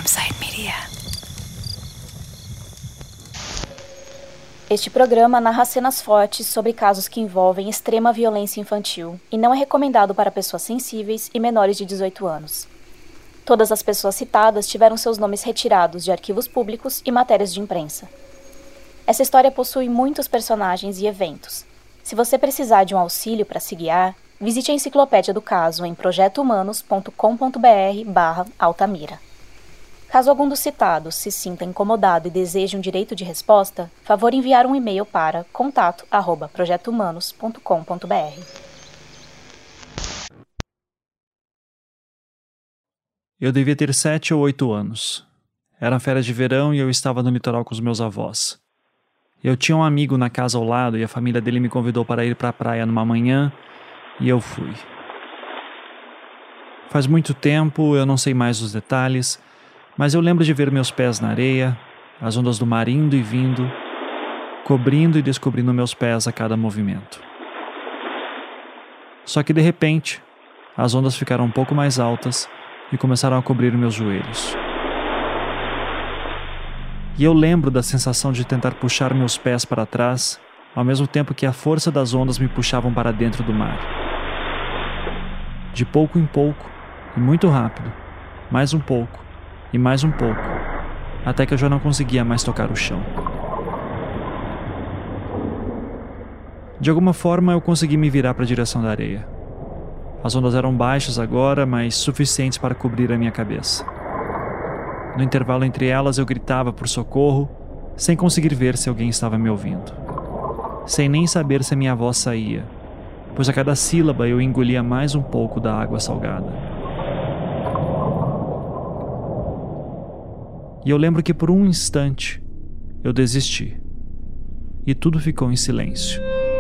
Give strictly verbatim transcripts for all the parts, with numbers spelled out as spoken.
Campside Media. Este programa narra cenas fortes sobre casos que envolvem extrema violência infantil e não é recomendado para pessoas sensíveis e menores de dezoito anos. Todas as pessoas citadas tiveram seus nomes retirados de arquivos públicos e matérias de imprensa. Essa história possui muitos personagens e eventos. Se você precisar de um auxílio para se guiar, visite a enciclopédia do caso em projeto humanos ponto com ponto b r barra Altamira. Caso algum dos citados se sinta incomodado e deseje um direito de resposta, favor enviar um e-mail para contato arroba projeto humanos ponto com ponto b r. Eu devia ter sete ou oito anos. Eram férias de verão e eu estava no litoral com os meus avós. Eu tinha um amigo na casa ao lado e a família dele me convidou para ir para a praia numa manhã e eu fui. Faz muito tempo, eu não sei mais os detalhes, mas eu lembro de ver meus pés na areia, as ondas do mar indo e vindo, cobrindo e descobrindo meus pés a cada movimento. Só que de repente, as ondas ficaram um pouco mais altas e começaram a cobrir meus joelhos. E eu lembro da sensação de tentar puxar meus pés para trás, ao mesmo tempo que a força das ondas me puxavam para dentro do mar. De pouco em pouco, e muito rápido, mais um pouco, e mais um pouco, até que eu já não conseguia mais tocar o chão. De alguma forma eu consegui me virar para a direção da areia. As ondas eram baixas agora, mas suficientes para cobrir a minha cabeça. No intervalo entre elas eu gritava por socorro, sem conseguir ver se alguém estava me ouvindo. Sem nem saber se a minha voz saía, pois a cada sílaba eu engolia mais um pouco da água salgada. E eu lembro que por um instante eu desisti. E tudo ficou em silêncio.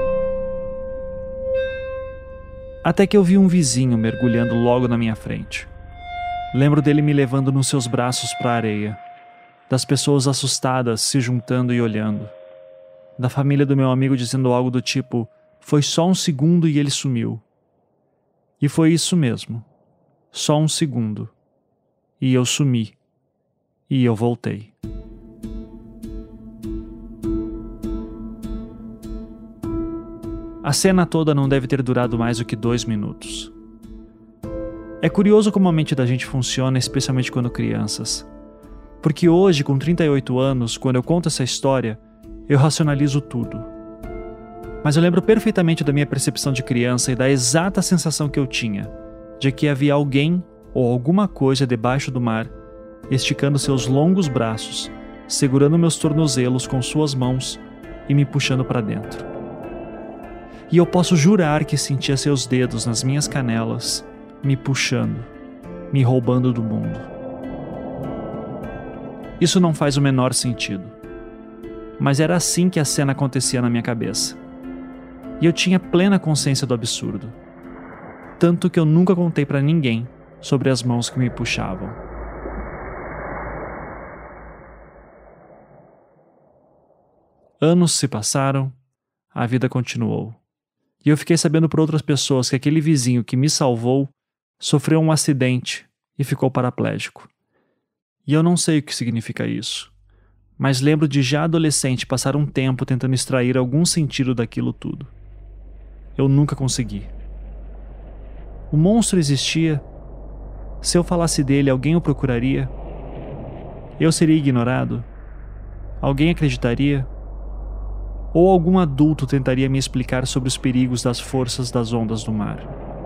Até que eu vi um vizinho mergulhando logo na minha frente. Lembro dele me levando nos seus braços para a areia, das pessoas assustadas se juntando e olhando, da família do meu amigo dizendo algo do tipo, foi só um segundo e ele sumiu. E foi isso mesmo, só um segundo. E eu sumi. E eu voltei. A cena toda não deve ter durado mais do que dois minutos. É curioso como a mente da gente funciona, especialmente quando crianças. Porque hoje, com trinta e oito anos, quando eu conto essa história, eu racionalizo tudo. Mas eu lembro perfeitamente da minha percepção de criança e da exata sensação que eu tinha, de que havia alguém ou alguma coisa debaixo do mar, esticando seus longos braços, segurando meus tornozelos com suas mãos e me puxando para dentro. E eu posso jurar que sentia seus dedos nas minhas canelas, me puxando, me roubando do mundo. Isso não faz o menor sentido. Mas era assim que a cena acontecia na minha cabeça. E eu tinha plena consciência do absurdo. Tanto que eu nunca contei para ninguém sobre as mãos que me puxavam. Anos se passaram, a vida continuou. E eu fiquei sabendo por outras pessoas que aquele vizinho que me salvou sofreu um acidente e ficou paraplégico. E eu não sei o que significa isso, mas lembro de já adolescente passar um tempo tentando extrair algum sentido daquilo tudo. Eu nunca consegui. O monstro existia? Se eu falasse dele, alguém o procuraria? Eu seria ignorado? Alguém acreditaria? Ou algum adulto tentaria me explicar sobre os perigos das forças das ondas do mar?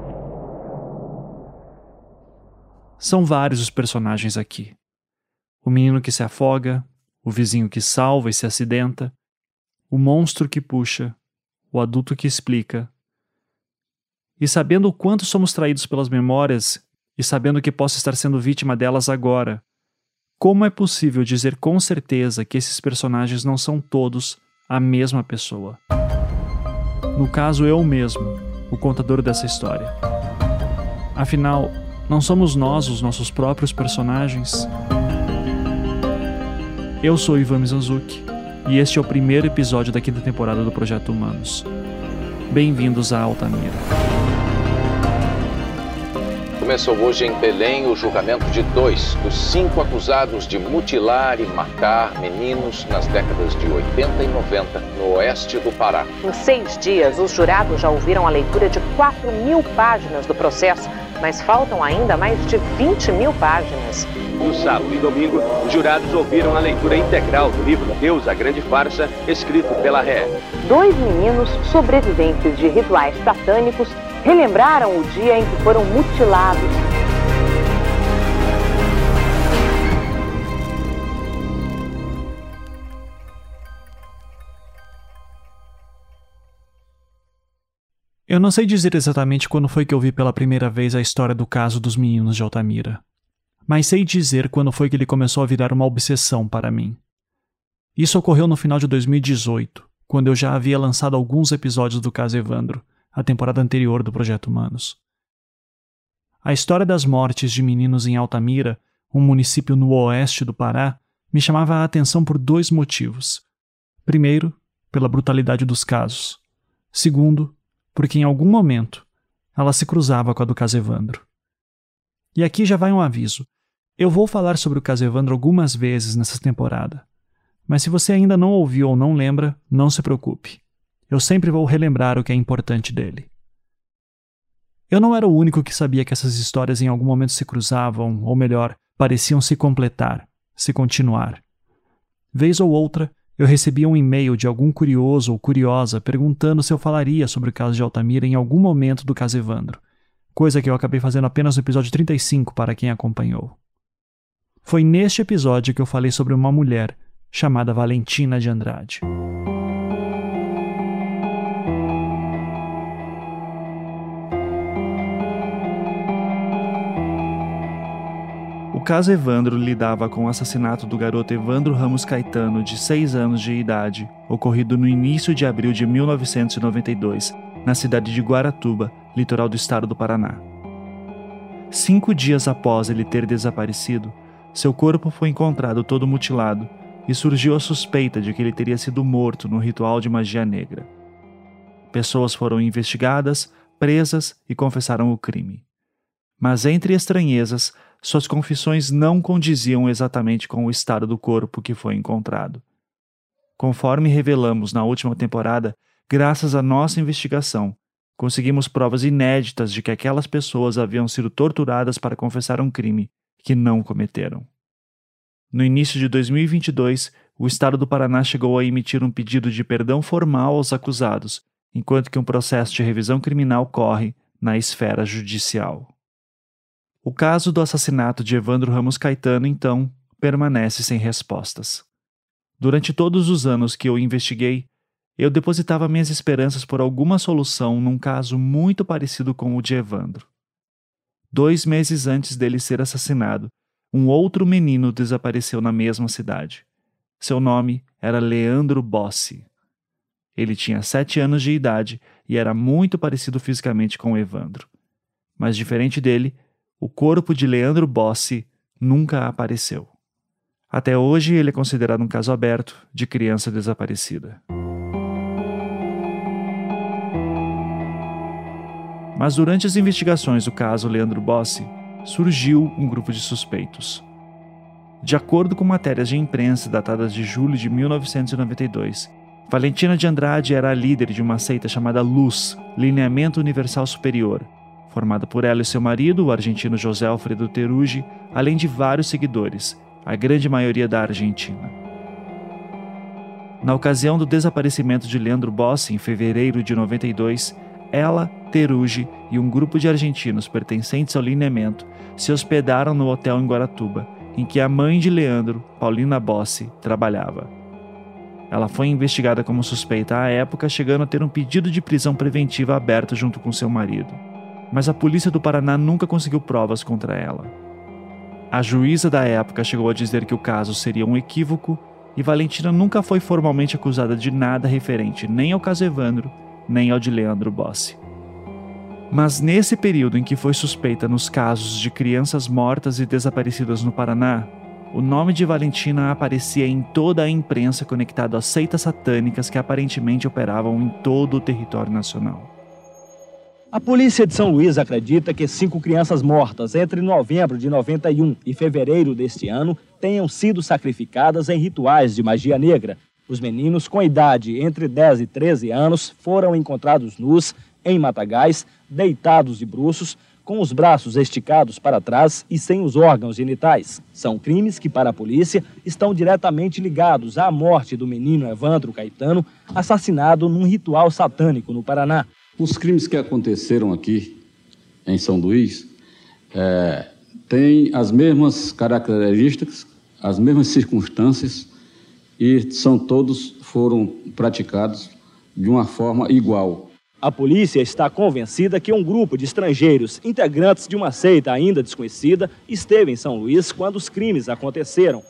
São vários os personagens aqui. O menino que se afoga, o vizinho que salva e se acidenta, o monstro que puxa, o adulto que explica. E sabendo o quanto somos traídos pelas memórias e sabendo que posso estar sendo vítima delas agora, como é possível dizer com certeza que esses personagens não são todos a mesma pessoa? No caso, eu mesmo, o contador dessa história. Afinal, não somos nós os nossos próprios personagens? Eu sou Ivan Mizanzuki e este é o primeiro episódio da quinta temporada do Projeto Humanos. Bem-vindos a Altamira. Começou hoje em Belém o julgamento de dois dos cinco acusados de mutilar e matar meninos nas décadas de oitenta e noventa no oeste do Pará. Em seis dias, os jurados já ouviram a leitura de quatro mil páginas do processo, mas faltam ainda mais de vinte mil páginas. No sábado e domingo, os jurados ouviram a leitura integral do livro Deus, a Grande Farsa, escrito pela ré. Dois meninos sobreviventes de rituais satânicos relembraram o dia em que foram mutilados. Eu não sei dizer exatamente quando foi que eu vi pela primeira vez a história do caso dos meninos de Altamira, mas sei dizer quando foi que ele começou a virar uma obsessão para mim. Isso ocorreu no final de dois mil e dezoito, quando eu já havia lançado alguns episódios do caso Evandro, a temporada anterior do Projeto Humanos. A história das mortes de meninos em Altamira, um município no oeste do Pará, me chamava a atenção por dois motivos. Primeiro, pela brutalidade dos casos. Segundo, porque em algum momento ela se cruzava com a do caso Evandro. E aqui já vai um aviso. Eu vou falar sobre o caso Evandro algumas vezes nessa temporada. Mas se você ainda não ouviu ou não lembra, não se preocupe. Eu sempre vou relembrar o que é importante dele. Eu não era o único que sabia que essas histórias em algum momento se cruzavam, ou melhor, pareciam se completar, se continuar. Vez ou outra, eu recebia um e-mail de algum curioso ou curiosa perguntando se eu falaria sobre o caso de Altamira em algum momento do caso Evandro, coisa que eu acabei fazendo apenas no episódio trinta e cinco para quem acompanhou. Foi neste episódio que eu falei sobre uma mulher chamada Valentina de Andrade. O caso Evandro lidava com o assassinato do garoto Evandro Ramos Caetano, de seis anos de idade, ocorrido no início de abril de mil novecentos e noventa e dois, na cidade de Guaratuba, litoral do estado do Paraná. Cinco dias após ele ter desaparecido, seu corpo foi encontrado todo mutilado e surgiu a suspeita de que ele teria sido morto no ritual de magia negra. Pessoas foram investigadas, presas e confessaram o crime. Mas entre estranhezas, suas confissões não condiziam exatamente com o estado do corpo que foi encontrado. Conforme revelamos na última temporada, graças à nossa investigação, conseguimos provas inéditas de que aquelas pessoas haviam sido torturadas para confessar um crime que não cometeram. No início de dois mil e vinte e dois, o estado do Paraná chegou a emitir um pedido de perdão formal aos acusados, enquanto que um processo de revisão criminal corre na esfera judicial. O caso do assassinato de Evandro Ramos Caetano, então, permanece sem respostas. Durante todos os anos que eu investiguei, eu depositava minhas esperanças por alguma solução num caso muito parecido com o de Evandro. Dois meses antes dele ser assassinado, um outro menino desapareceu na mesma cidade. Seu nome era Leandro Bossi. Ele tinha sete anos de idade e era muito parecido fisicamente com Evandro. Mas diferente dele, o corpo de Leandro Bossi nunca apareceu. Até hoje, ele é considerado um caso aberto de criança desaparecida. Mas durante as investigações do caso Leandro Bossi, surgiu um grupo de suspeitos. De acordo com matérias de imprensa datadas de julho de mil novecentos e noventa e dois, Valentina de Andrade era a líder de uma seita chamada Luz, Lineamento Universal Superior, formada por ela e seu marido, o argentino José Alfredo Teruggi, além de vários seguidores, a grande maioria da Argentina. Na ocasião do desaparecimento de Leandro Bossi, em fevereiro de noventa e dois, ela, Teruggi e um grupo de argentinos pertencentes ao lineamento se hospedaram no hotel em Guaratuba, em que a mãe de Leandro, Paulina Bossi, trabalhava. Ela foi investigada como suspeita à época, chegando a ter um pedido de prisão preventiva aberto junto com seu marido. Mas a polícia do Paraná nunca conseguiu provas contra ela. A juíza da época chegou a dizer que o caso seria um equívoco e Valentina nunca foi formalmente acusada de nada referente nem ao caso Evandro, nem ao de Leandro Bossi. Mas nesse período em que foi suspeita nos casos de crianças mortas e desaparecidas no Paraná, o nome de Valentina aparecia em toda a imprensa conectado a seitas satânicas que aparentemente operavam em todo o território nacional. A polícia de São Luís acredita que cinco crianças mortas entre novembro de noventa e um e fevereiro deste ano tenham sido sacrificadas em rituais de magia negra. Os meninos com idade entre dez e treze anos foram encontrados nus, em matagais, deitados de bruços, com os braços esticados para trás e sem os órgãos genitais. São crimes que, para a polícia, estão diretamente ligados à morte do menino Evandro Caetano, assassinado num ritual satânico no Paraná. Os crimes que aconteceram aqui em São Luís é, têm as mesmas características, as mesmas circunstâncias e são todos foram praticados de uma forma igual. A polícia está convencida que um grupo de estrangeiros, integrantes de uma seita ainda desconhecida, esteve em São Luís quando os crimes aconteceram.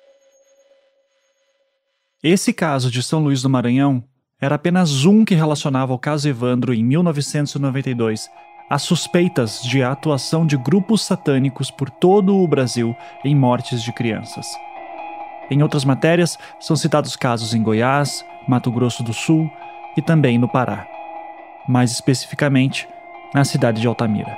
Esse caso de São Luís do Maranhão era apenas um que relacionava o caso Evandro em mil novecentos e noventa e dois às suspeitas de atuação de grupos satânicos por todo o Brasil em mortes de crianças. Em outras matérias, são citados casos em Goiás, Mato Grosso do Sul e também no Pará. Mais especificamente, na cidade de Altamira.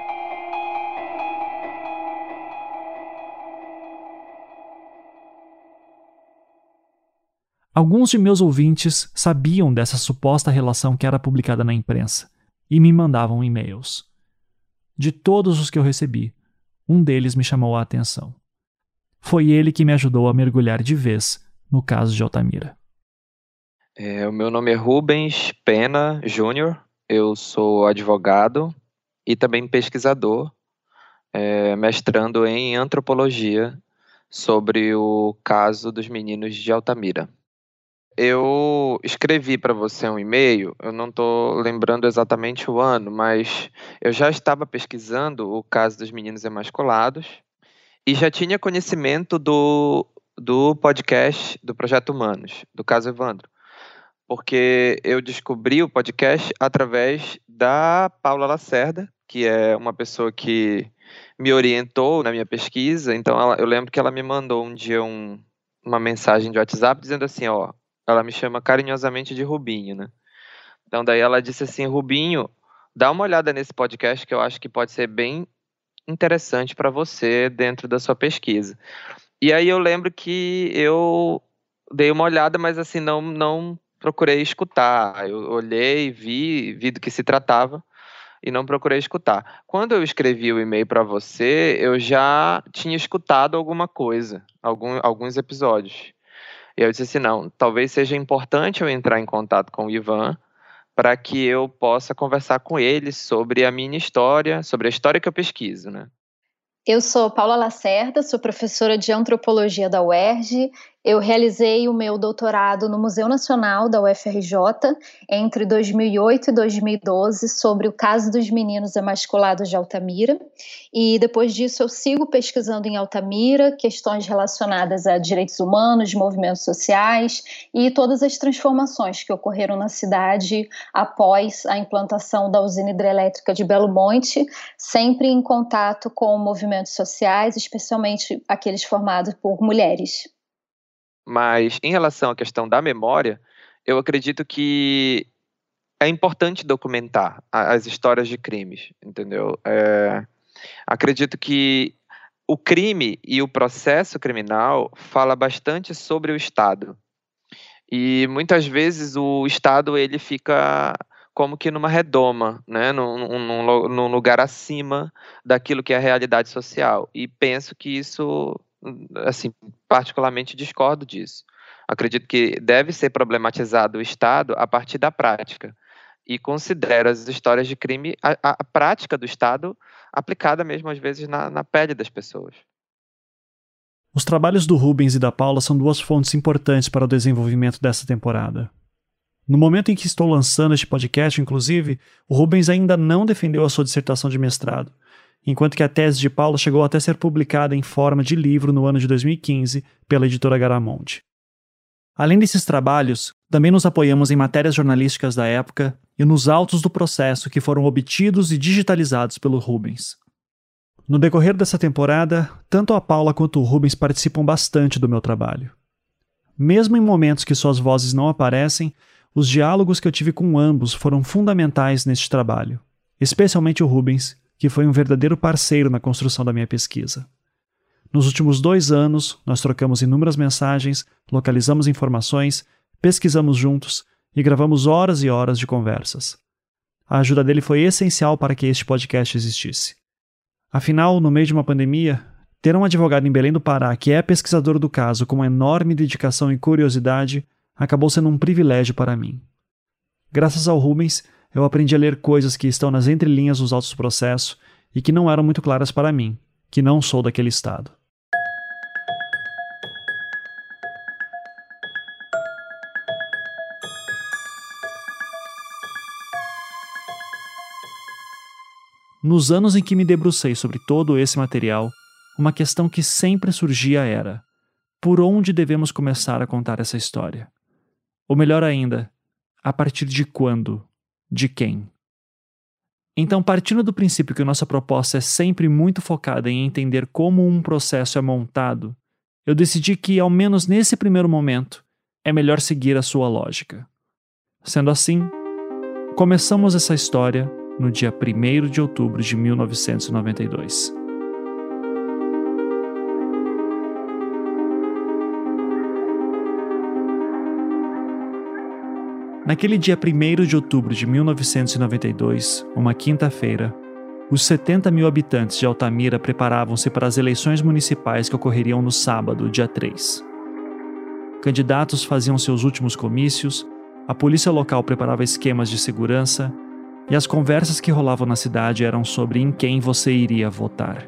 Alguns de meus ouvintes sabiam dessa suposta relação que era publicada na imprensa e me mandavam e-mails. De todos os que eu recebi, um deles me chamou a atenção. Foi ele que me ajudou a mergulhar de vez no caso de Altamira. É, o meu nome é Rubens Pena Júnior, eu sou advogado e também pesquisador, é, mestrando em antropologia sobre o caso dos meninos de Altamira. Eu escrevi para você um e-mail, eu não estou lembrando exatamente o ano, mas eu já estava pesquisando o caso dos meninos emasculados e já tinha conhecimento do, do podcast do Projeto Humanos, do caso Evandro, porque eu descobri o podcast através da Paula Lacerda, que é uma pessoa que me orientou na minha pesquisa. Então ela, eu lembro que ela me mandou um dia um, uma mensagem de WhatsApp dizendo assim, ó, ela me chama carinhosamente de Rubinho, né? Então daí ela disse assim, Rubinho, dá uma olhada nesse podcast que eu acho que pode ser bem interessante para você dentro da sua pesquisa. E aí eu lembro que eu dei uma olhada, mas assim, não, não procurei escutar. Eu olhei, vi, vi do que se tratava e não procurei escutar. Quando eu escrevi o e-mail para você, eu já tinha escutado alguma coisa, algum, alguns episódios. E eu disse assim, não, talvez seja importante eu entrar em contato com o Ivan para que eu possa conversar com ele sobre a minha história, sobre a história que eu pesquiso, né? Eu sou Paula Lacerda, sou professora de antropologia da U E R J. Eu realizei o meu doutorado no Museu Nacional da U F R J entre dois mil e oito e dois mil e doze sobre o caso dos meninos emasculados de Altamira. E depois disso eu sigo pesquisando em Altamira questões relacionadas a direitos humanos, movimentos sociais e todas as transformações que ocorreram na cidade após a implantação da usina hidrelétrica de Belo Monte, sempre em contato com movimentos sociais, especialmente aqueles formados por mulheres. Mas, em relação à questão da memória, eu acredito que é importante documentar as histórias de crimes, entendeu? É, acredito que o crime e o processo criminal fala bastante sobre o Estado. E, muitas vezes, o Estado ele fica como que numa redoma, né? num, num, num lugar acima daquilo que é a realidade social. E penso que isso... assim, particularmente discordo disso. Acredito que deve ser problematizado o Estado a partir da prática e considero as histórias de crime a, a, a prática do Estado aplicada mesmo às vezes na, na pele das pessoas. Os trabalhos do Rubens e da Paula são duas fontes importantes para o desenvolvimento dessa temporada. No momento em que estou lançando este podcast, inclusive, o Rubens ainda não defendeu a sua dissertação de mestrado, enquanto que a tese de Paula chegou até ser publicada em forma de livro no ano de dois mil e quinze pela editora Garamond. Além desses trabalhos, também nos apoiamos em matérias jornalísticas da época e nos autos do processo que foram obtidos e digitalizados pelo Rubens. No decorrer dessa temporada, tanto a Paula quanto o Rubens participam bastante do meu trabalho. Mesmo em momentos que suas vozes não aparecem, os diálogos que eu tive com ambos foram fundamentais neste trabalho. especialmente o Rubens, que foi um verdadeiro parceiro na construção da minha pesquisa. Nos últimos dois anos, nós trocamos inúmeras mensagens, localizamos informações, pesquisamos juntos e gravamos horas e horas de conversas. A ajuda dele foi essencial para que este podcast existisse. Afinal, no meio de uma pandemia, ter um advogado em Belém do Pará que é pesquisador do caso com enorme dedicação e curiosidade acabou sendo um privilégio para mim. Graças ao Rubens, eu aprendi a ler coisas que estão nas entrelinhas dos autos do processo e que não eram muito claras para mim, que não sou daquele estado. Nos anos em que me debrucei sobre todo esse material, uma questão que sempre surgia era: por onde devemos começar a contar essa história? Ou melhor ainda, a partir de quando? De quem? Então, partindo do princípio que nossa proposta é sempre muito focada em entender como um processo é montado, eu decidi que, ao menos nesse primeiro momento, é melhor seguir a sua lógica. Sendo assim, começamos essa história no dia primeiro de outubro de mil novecentos e noventa e dois. Naquele dia primeiro de outubro de mil novecentos e noventa e dois, uma quinta-feira, os setenta mil habitantes de Altamira preparavam-se para as eleições municipais que ocorreriam no sábado, dia três. Candidatos faziam seus últimos comícios, a polícia local preparava esquemas de segurança e as conversas que rolavam na cidade eram sobre em quem você iria votar.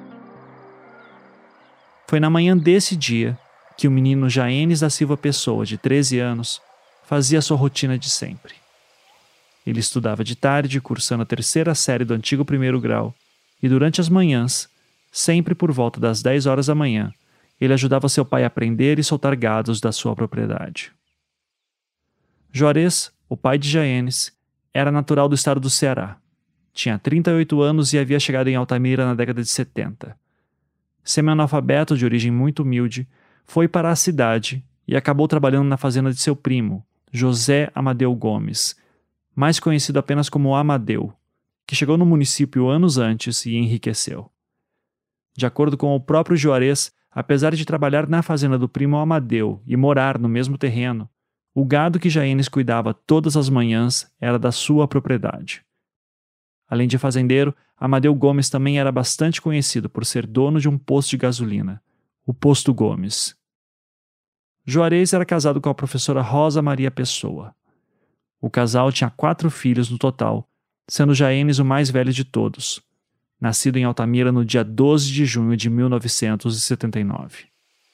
Foi na manhã desse dia que o menino Jaenes da Silva Pessoa, de treze anos, fazia sua rotina de sempre. Ele estudava de tarde, cursando a terceira série do antigo primeiro grau, e durante as manhãs, sempre por volta das dez horas da manhã, ele ajudava seu pai a prender e soltar gados da sua propriedade. Juarez, o pai de Jaenes, era natural do estado do Ceará. Tinha trinta e oito anos e havia chegado em Altamira na década de setenta. Semi-analfabeto de origem muito humilde, foi para a cidade e acabou trabalhando na fazenda de seu primo, José Amadeu Gomes, mais conhecido apenas como Amadeu, que chegou no município anos antes e enriqueceu. De acordo com o próprio Juarez, apesar de trabalhar na fazenda do primo Amadeu e morar no mesmo terreno, o gado que Jaenes cuidava todas as manhãs era da sua propriedade. Além de fazendeiro, Amadeu Gomes também era bastante conhecido por ser dono de um posto de gasolina, o Posto Gomes. Juarez era casado com a professora Rosa Maria Pessoa. O casal tinha quatro filhos no total, sendo Jaenes o mais velho de todos, nascido em Altamira no dia doze de junho de mil novecentos e setenta e nove.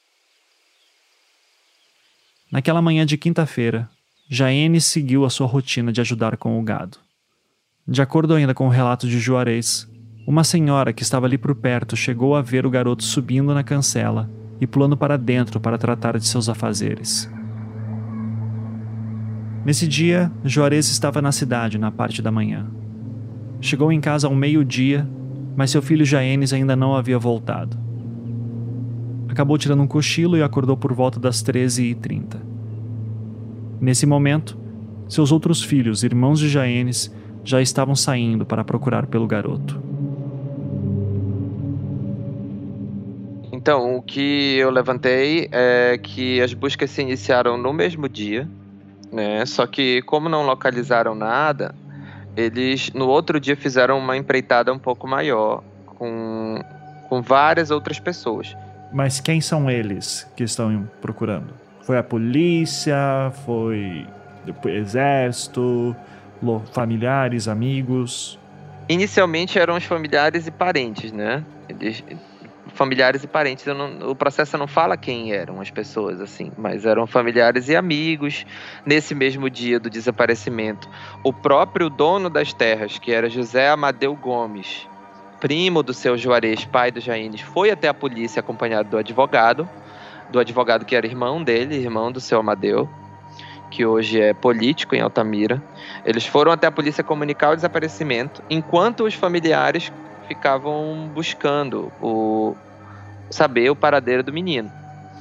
Naquela manhã de quinta-feira, Jaenes seguiu a sua rotina de ajudar com o gado. De acordo ainda com o relato de Juarez, uma senhora que estava ali por perto chegou a ver o garoto subindo na cancela e pulando para dentro para tratar de seus afazeres. Nesse dia, Juarez estava na cidade na parte da manhã. Chegou em casa ao meio-dia, mas seu filho Jaenes ainda não havia voltado. Acabou tirando um cochilo e acordou por volta das treze e trinta. Nesse momento, seus outros filhos, irmãos de Jaenes, já estavam saindo para procurar pelo garoto. Então, o que eu levantei é que as buscas se iniciaram no mesmo dia, né? Só que, como não localizaram nada, eles no outro dia fizeram uma empreitada um pouco maior, com, com várias outras pessoas. Mas quem são eles que estão procurando? Foi a polícia? Foi o exército? Familiares, amigos? Inicialmente eram os familiares e parentes, né? Eles, familiares e parentes. Eu não, o processo não fala quem eram as pessoas, assim, mas eram familiares e amigos. Nesse mesmo dia do desaparecimento, o próprio dono das terras, que era José Amadeu Gomes, primo do seu Juarez, pai do Jaenes, foi até a polícia acompanhado do advogado, do advogado que era irmão dele, irmão do seu Amadeu, que hoje é político em Altamira. Eles foram até a polícia comunicar o desaparecimento, enquanto os familiares ficavam buscando o, saber o paradeiro do menino.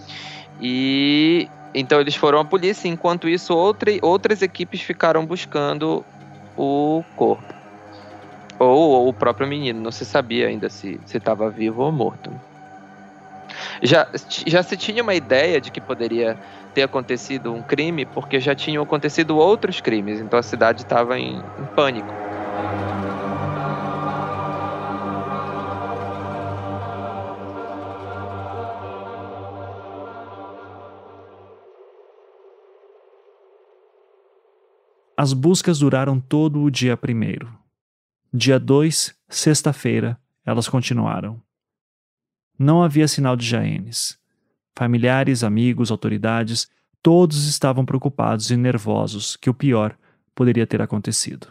E então eles foram à polícia, enquanto isso outra, outras equipes ficaram buscando o corpo. Ou, ou o próprio menino, não se sabia ainda se estava vivo ou morto. Já, já se tinha uma ideia de que poderia ter acontecido um crime, porque já tinham acontecido outros crimes, então a cidade estava em, em pânico. As buscas duraram todo o dia primeiro. Dia dois, sexta-feira, elas continuaram. Não havia sinal de Jaenes. Familiares, amigos, autoridades, todos estavam preocupados e nervosos que o pior poderia ter acontecido.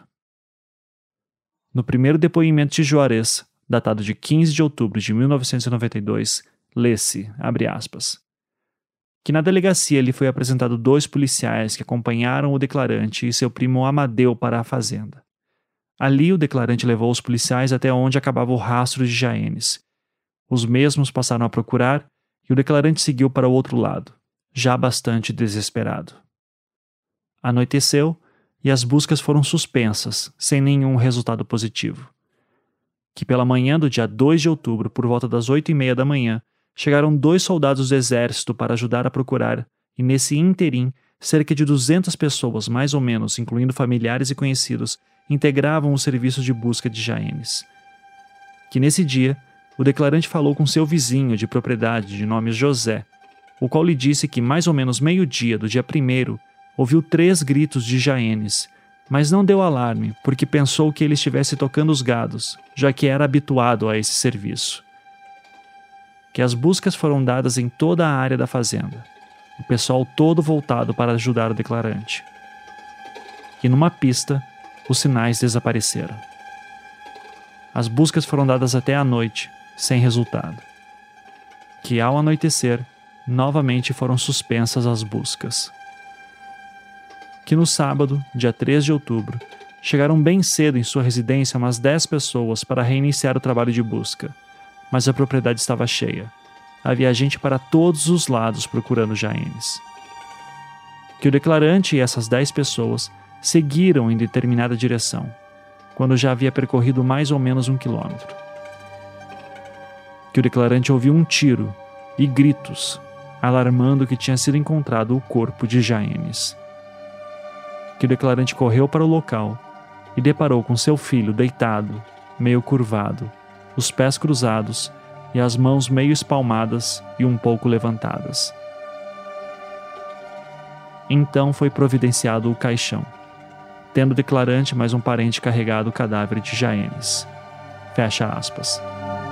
No primeiro depoimento de Juarez, datado de quinze de outubro de mil novecentos e noventa e dois, lê-se, abre aspas, que na delegacia lhe foi apresentado dois policiais que acompanharam o declarante e seu primo Amadeu para a fazenda. Ali o declarante levou os policiais até onde acabava o rastro de Jaenes. Os mesmos passaram a procurar e o declarante seguiu para o outro lado, já bastante desesperado. Anoiteceu e as buscas foram suspensas, sem nenhum resultado positivo. Que pela manhã do dia dois de outubro, por volta das oito e meia da manhã, chegaram dois soldados do exército para ajudar a procurar e nesse ínterim, cerca de duzentas pessoas, mais ou menos, incluindo familiares e conhecidos, integravam o serviço de busca de Jaenes. Que nesse dia, o declarante falou com seu vizinho de propriedade de nome José, o qual lhe disse que mais ou menos meio-dia do dia primeiro ouviu três gritos de Jaenes, mas não deu alarme porque pensou que ele estivesse tocando os gados, já que era habituado a esse serviço. Que as buscas foram dadas em toda a área da fazenda, o pessoal todo voltado para ajudar o declarante. Que numa pista, os sinais desapareceram. As buscas foram dadas até a noite, sem resultado. Que ao anoitecer, novamente foram suspensas as buscas. Que no sábado, dia três de outubro, chegaram bem cedo em sua residência umas dez pessoas para reiniciar o trabalho de busca, mas a propriedade estava cheia. Havia gente para todos os lados procurando Jaenes. Que o declarante e essas dez pessoas seguiram em determinada direção, quando já havia percorrido mais ou menos um quilômetro. Que o declarante ouviu um tiro e gritos, alarmando que tinha sido encontrado o corpo de Jaenes. Que o declarante correu para o local e deparou com seu filho deitado, meio curvado, os pés cruzados e as mãos meio espalmadas e um pouco levantadas. Então foi providenciado o caixão, tendo o declarante mais um parente carregado o cadáver de Jaenes. Fecha aspas.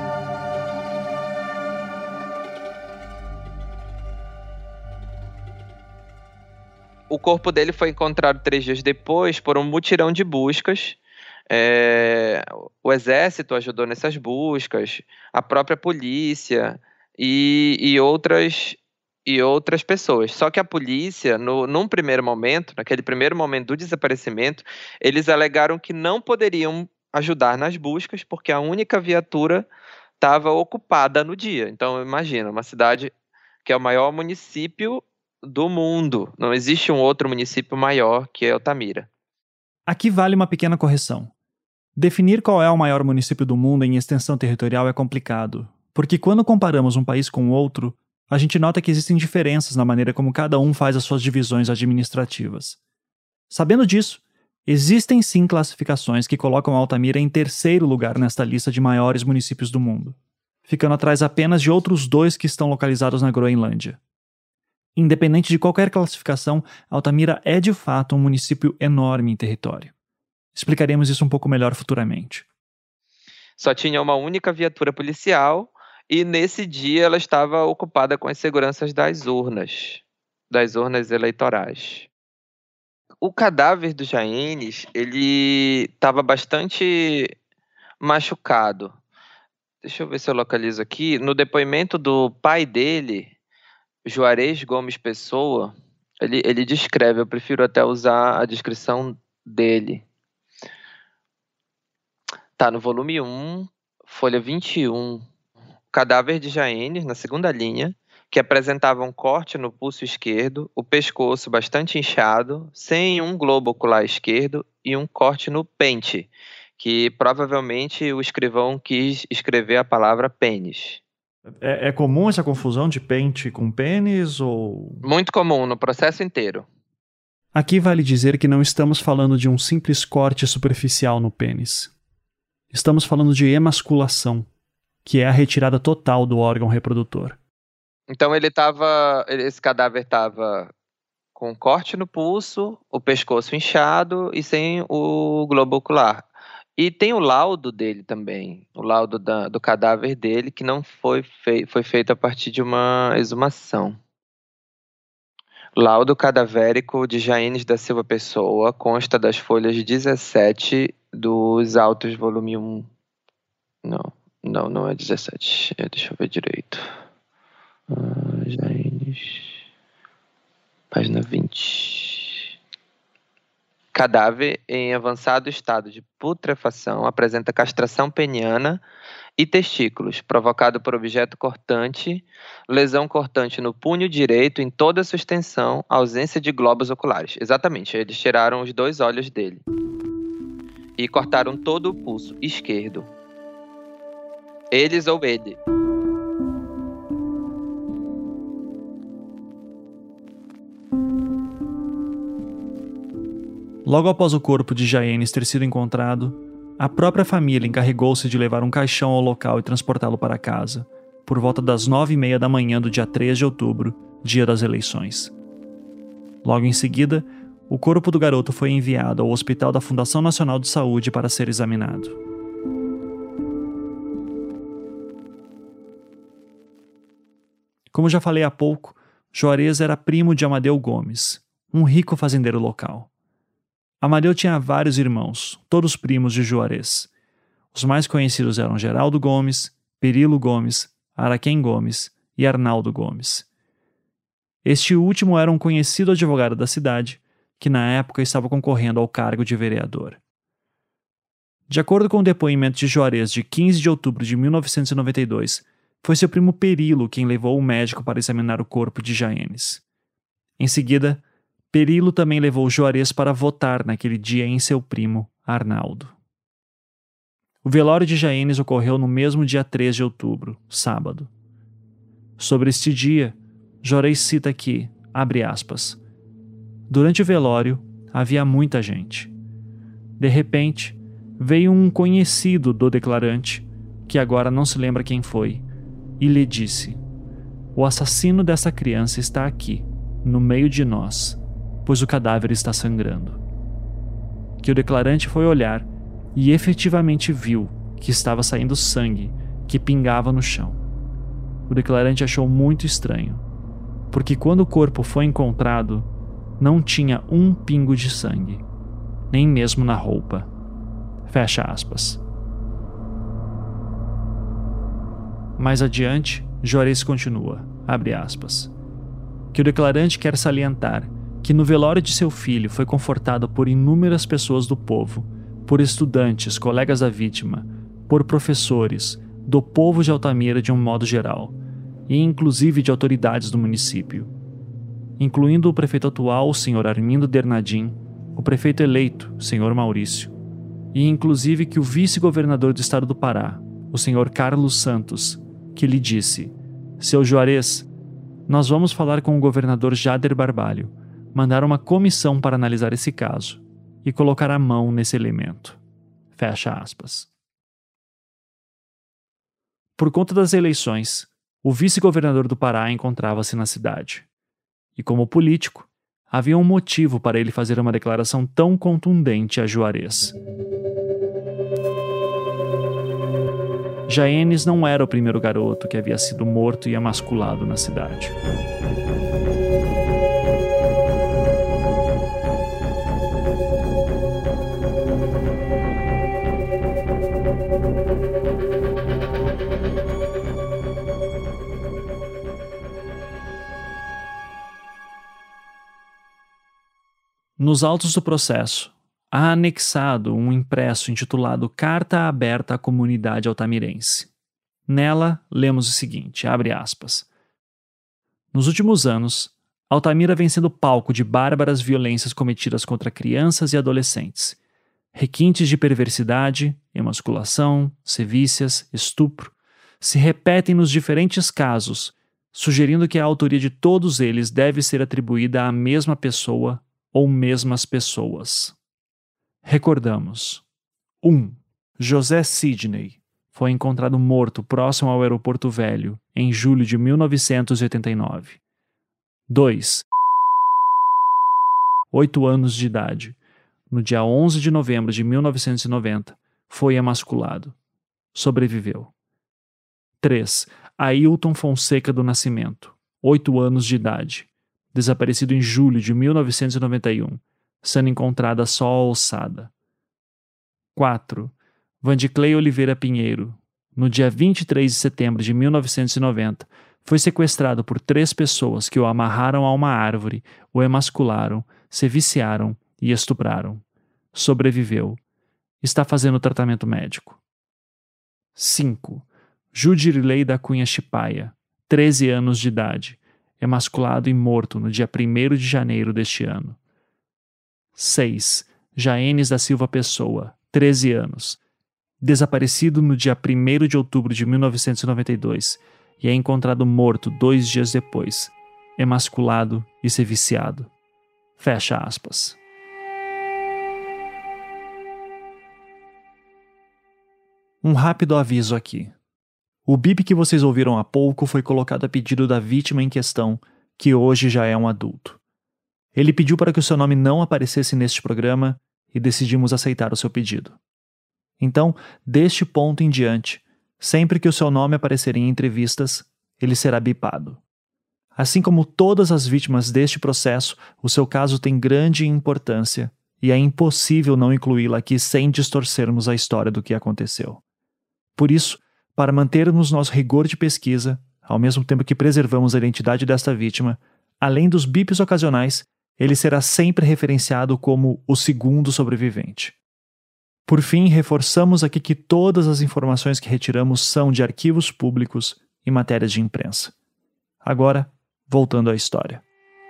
O corpo dele foi encontrado três dias depois por um mutirão de buscas. É, o exército ajudou nessas buscas, a própria polícia e, e, outras, e outras pessoas. Só que a polícia, no, num primeiro momento, naquele primeiro momento do desaparecimento, eles alegaram que não poderiam ajudar nas buscas porque a única viatura estava ocupada no dia. Então, imagina, uma cidade que é o maior município do mundo. Não existe um outro município maior que Altamira. Aqui vale uma pequena correção. Definir qual é o maior município do mundo em extensão territorial é complicado, porque quando comparamos um país com outro, a gente nota que existem diferenças na maneira como cada um faz as suas divisões administrativas. Sabendo disso, existem sim classificações que colocam Altamira em terceiro lugar nesta lista de maiores municípios do mundo, ficando atrás apenas de outros dois que estão localizados na Groenlândia. Independente de qualquer classificação, Altamira é de fato um município enorme em território. Explicaremos isso um pouco melhor futuramente. Só tinha uma única viatura policial e nesse dia ela estava ocupada com as seguranças das urnas, das urnas eleitorais. O cadáver do Jaenes, ele estava bastante machucado. Deixa eu ver se eu localizo aqui. No depoimento do pai dele, Juarez Gomes Pessoa, ele, ele descreve, eu prefiro até usar a descrição dele. Tá no volume um, folha vinte e um. Cadáver de Jaenes, na segunda linha, que apresentava um corte no pulso esquerdo, o pescoço bastante inchado, sem um globo ocular esquerdo e um corte no pente, que provavelmente o escrivão quis escrever a palavra pênis. É, é comum essa confusão de pente com pênis ou... Muito comum, no processo inteiro. Aqui vale dizer que não estamos falando de um simples corte superficial no pênis. Estamos falando de emasculação, que é a retirada total do órgão reprodutor. Então ele tava, esse cadáver estava com corte no pulso, o pescoço inchado e sem o globo ocular. E tem o laudo dele também, o laudo da, do cadáver dele, que não foi, fei, foi feito a partir de uma exumação. Laudo cadavérico de Jaenes da Silva Pessoa, consta das folhas dezessete dos autos, volume um. Não, não, não é dezessete. É, deixa eu ver direito. Ah, Jaenes. Página vinte. Cadáver em avançado estado de putrefação, apresenta castração peniana e testículos, provocado por objeto cortante, lesão cortante no punho direito em toda a sua extensão, ausência de globos oculares. Exatamente, eles tiraram os dois olhos dele e cortaram todo o pulso esquerdo. Eles ou ele. Logo após o corpo de Jaenes ter sido encontrado, a própria família encarregou-se de levar um caixão ao local e transportá-lo para casa, por volta das nove e meia da manhã do dia três de outubro, dia das eleições. Logo em seguida, o corpo do garoto foi enviado ao Hospital da Fundação Nacional de Saúde para ser examinado. Como já falei há pouco, Juarez era primo de Amadeu Gomes, um rico fazendeiro local. Amadeu tinha vários irmãos, todos primos de Juarez. Os mais conhecidos eram Geraldo Gomes, Perilo Gomes, Araquém Gomes e Arnaldo Gomes. Este último era um conhecido advogado da cidade, que na época estava concorrendo ao cargo de vereador. De acordo com o depoimento de Juarez de quinze de outubro de mil novecentos e noventa e dois, foi seu primo Perilo quem levou o médico para examinar o corpo de Jaenes. Em seguida, Perilo também levou Juarez para votar naquele dia em seu primo, Arnaldo. O velório de Jaenes ocorreu no mesmo dia três de outubro, sábado. Sobre este dia, Juarez cita que, abre aspas, durante o velório havia muita gente. De repente, veio um conhecido do declarante, que agora não se lembra quem foi, e lhe disse: o assassino dessa criança está aqui, no meio de nós, pois o cadáver está sangrando. Que o declarante foi olhar e efetivamente viu que estava saindo sangue que pingava no chão. O declarante achou muito estranho, porque quando o corpo foi encontrado, não tinha um pingo de sangue, nem mesmo na roupa. Fecha aspas. Mais adiante, Juarez continua, abre aspas, que o declarante quer salientar que no velório de seu filho foi confortado por inúmeras pessoas do povo, por estudantes, colegas da vítima, por professores, do povo de Altamira de um modo geral, e inclusive de autoridades do município, incluindo o prefeito atual, o senhor Armindo Dernadim, o prefeito eleito, senhor Maurício, e inclusive que o vice-governador do estado do Pará, o senhor Carlos Santos, que lhe disse: seu Juarez, nós vamos falar com o governador Jader Barbalho, mandar uma comissão para analisar esse caso e colocar a mão nesse elemento. Fecha aspas. Por conta das eleições, o vice-governador do Pará encontrava-se na cidade. E como político, havia um motivo para ele fazer uma declaração tão contundente a Juarez. Jaenes não era o primeiro garoto que havia sido morto e emasculado na cidade. Nos autos do processo, há anexado um impresso intitulado Carta Aberta à Comunidade Altamirense. Nela, lemos o seguinte, abre aspas. Nos últimos anos, Altamira vem sendo palco de bárbaras violências cometidas contra crianças e adolescentes, requintes de perversidade, emasculação, sevícias, estupro, se repetem nos diferentes casos, sugerindo que a autoria de todos eles deve ser atribuída à mesma pessoa ou mesmas pessoas. Recordamos. um. José Sidney foi encontrado morto próximo ao Aeroporto Velho em julho de mil novecentos e oitenta e nove. dois. Oito anos de idade, no dia onze de novembro de mil novecentos e noventa, foi emasculado. Sobreviveu. três. Ailton Fonseca do Nascimento, oito anos de idade, desaparecido em julho de mil novecentos e noventa e um, sendo encontrada só a ossada. quatro. Vandiclei Oliveira Pinheiro, no dia vinte e três de setembro de mil novecentos e noventa, foi sequestrado por três pessoas que o amarraram a uma árvore, o emascularam, se viciaram e estupraram. Sobreviveu. Está fazendo tratamento médico. cinco. Judirilei da Cunha Chipaia, treze anos de idade, emasculado e morto no dia primeiro de janeiro deste ano. seis. Jaenes da Silva Pessoa, treze anos, desaparecido no dia primeiro de outubro de mil novecentos e noventa e dois e é encontrado morto dois dias depois, emasculado e se viciado. Fecha aspas. Um rápido aviso aqui. O bip que vocês ouviram há pouco foi colocado a pedido da vítima em questão, que hoje já é um adulto. Ele pediu para que o seu nome não aparecesse neste programa e decidimos aceitar o seu pedido. Então, deste ponto em diante, sempre que o seu nome aparecer em entrevistas, ele será bipado. Assim como todas as vítimas deste processo, o seu caso tem grande importância e é impossível não incluí-la aqui sem distorcermos a história do que aconteceu. Por isso, para mantermos nosso rigor de pesquisa, ao mesmo tempo que preservamos a identidade desta vítima, além dos bips ocasionais, ele será sempre referenciado como o segundo sobrevivente. Por fim, reforçamos aqui que todas as informações que retiramos são de arquivos públicos e matérias de imprensa. Agora, voltando à história.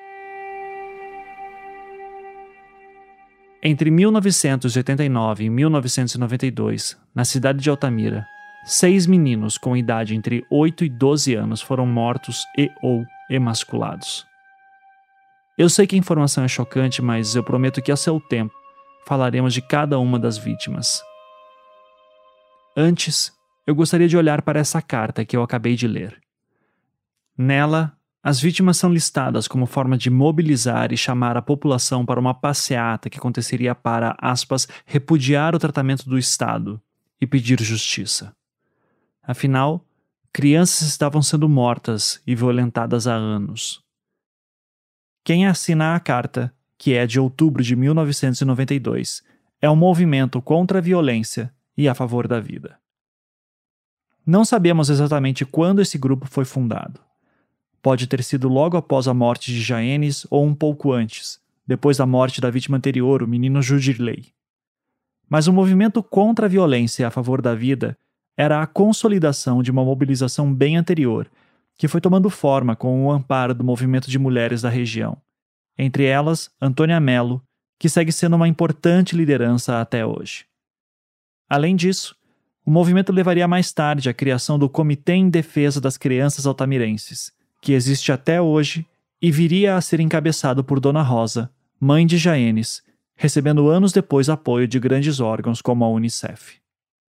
Entre mil novecentos e oitenta e nove e mil novecentos e noventa e dois, na cidade de Altamira, seis meninos com idade entre oito e doze anos foram mortos e ou emasculados. Eu sei que a informação é chocante, mas eu prometo que a seu tempo falaremos de cada uma das vítimas. Antes, eu gostaria de olhar para essa carta que eu acabei de ler. Nela, as vítimas são listadas como forma de mobilizar e chamar a população para uma passeata que aconteceria para, aspas, repudiar o tratamento do Estado e pedir justiça. Afinal, crianças estavam sendo mortas e violentadas há anos. Quem assina a carta, que é de outubro de mil novecentos e noventa e dois, é um movimento contra a violência e a favor da vida. Não sabemos exatamente quando esse grupo foi fundado. Pode ter sido logo após a morte de Jaenes ou um pouco antes, depois da morte da vítima anterior, o menino Judirilei. Mas o movimento contra a violência e a favor da vida era a consolidação de uma mobilização bem anterior, que foi tomando forma com o amparo do movimento de mulheres da região. Entre elas, Antônia Melo, que segue sendo uma importante liderança até hoje. Além disso, o movimento levaria mais tarde à criação do Comitê em Defesa das Crianças Altamirenses, que existe até hoje e viria a ser encabeçado por Dona Rosa, mãe de Jaenes, recebendo anos depois apoio de grandes órgãos como a Unicef.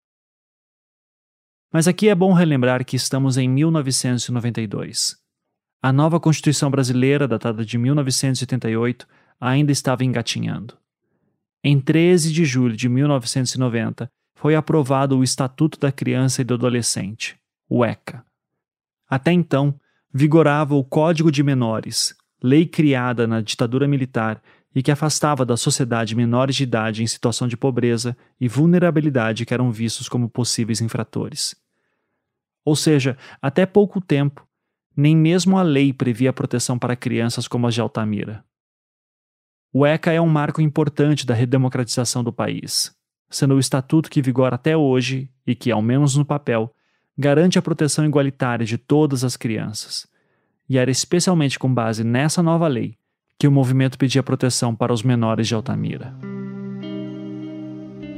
Mas aqui é bom relembrar que estamos em mil novecentos e noventa e dois. A nova Constituição Brasileira, datada de mil novecentos e oitenta e oito, ainda estava engatinhando. Em treze de julho de mil novecentos e noventa, foi aprovado o Estatuto da Criança e do Adolescente, o ECA. Até então, vigorava o Código de Menores, lei criada na ditadura militar e que afastava da sociedade menores de idade em situação de pobreza e vulnerabilidade que eram vistos como possíveis infratores. Ou seja, até pouco tempo, nem mesmo a lei previa proteção para crianças como as de Altamira. O ECA é um marco importante da redemocratização do país, sendo o estatuto que vigora até hoje e que, ao menos no papel, garante a proteção igualitária de todas as crianças. E era especialmente com base nessa nova lei que o movimento pedia proteção para os menores de Altamira.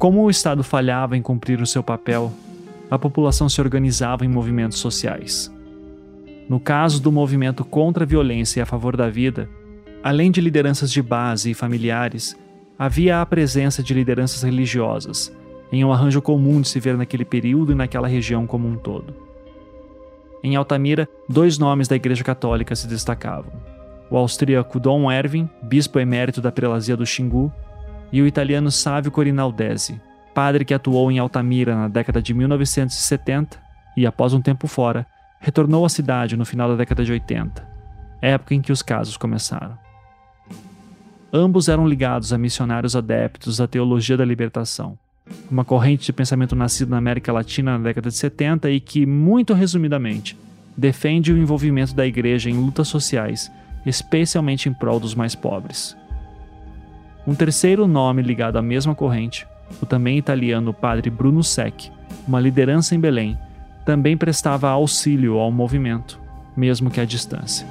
Como o Estado falhava em cumprir o seu papel, a população se organizava em movimentos sociais. No caso do movimento contra a violência e a favor da vida, além de lideranças de base e familiares, havia a presença de lideranças religiosas, em um arranjo comum de se ver naquele período e naquela região como um todo. Em Altamira, dois nomes da Igreja Católica se destacavam: o austríaco Dom Erwin, bispo emérito da prelazia do Xingu, e o italiano Sávio Corinaldesi, padre que atuou em Altamira na década de mil novecentos e setenta e, após um tempo fora, retornou à cidade no final da década de oitenta, época em que os casos começaram. Ambos eram ligados a missionários adeptos da teologia da libertação, uma corrente de pensamento nascida na América Latina na década de setenta e que, muito resumidamente, defende o envolvimento da igreja em lutas sociais, especialmente em prol dos mais pobres. Um terceiro nome ligado à mesma corrente, o também italiano padre Bruno Secchi, uma liderança em Belém, também prestava auxílio ao movimento, mesmo que à distância.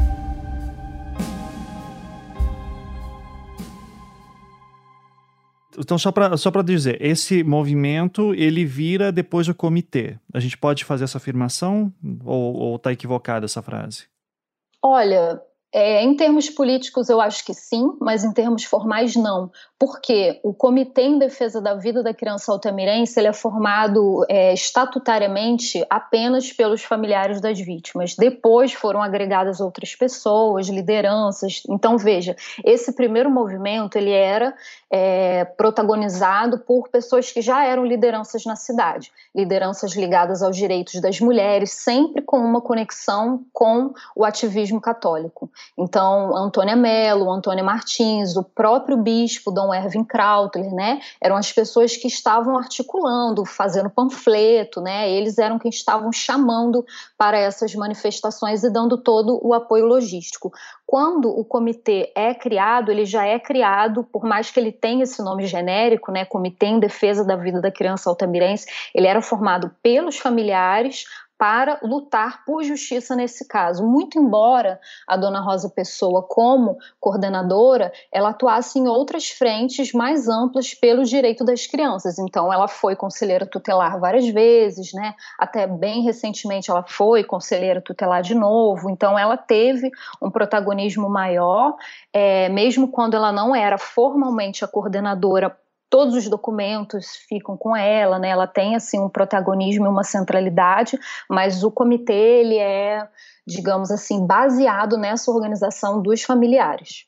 Então, só para só para dizer, esse movimento, ele vira depois o comitê. A gente pode fazer essa afirmação ou está equivocada essa frase? Olha, é, em termos políticos eu acho que sim, mas em termos formais não. Porque o Comitê em Defesa da Vida da Criança Altamirense ele é formado é, estatutariamente apenas pelos familiares das vítimas. Depois foram agregadas outras pessoas, lideranças. Então, veja, esse primeiro movimento ele era é, protagonizado por pessoas que já eram lideranças na cidade. Lideranças ligadas aos direitos das mulheres, sempre com uma conexão com o ativismo católico. Então, Antônia Mello, Antônia Martins, o próprio bispo Dom Erwin Krautler, né, eram as pessoas que estavam articulando, fazendo panfleto, né, eles eram quem estavam chamando para essas manifestações e dando todo o apoio logístico. Quando o comitê é criado, ele já é criado, por mais que ele tenha esse nome genérico, né, Comitê em Defesa da Vida da Criança Altamirense, ele era formado pelos familiares, para lutar por justiça nesse caso. Muito embora a dona Rosa Pessoa, como coordenadora, ela atuasse em outras frentes mais amplas pelo direito das crianças. Então, ela foi conselheira tutelar várias vezes, né? Até bem recentemente ela foi conselheira tutelar de novo. Então, ela teve um protagonismo maior, é, mesmo quando ela não era formalmente a coordenadora. Todos os documentos ficam com ela, né? Ela tem assim um protagonismo e uma centralidade, mas o comitê ele é, digamos assim, baseado nessa organização dos familiares.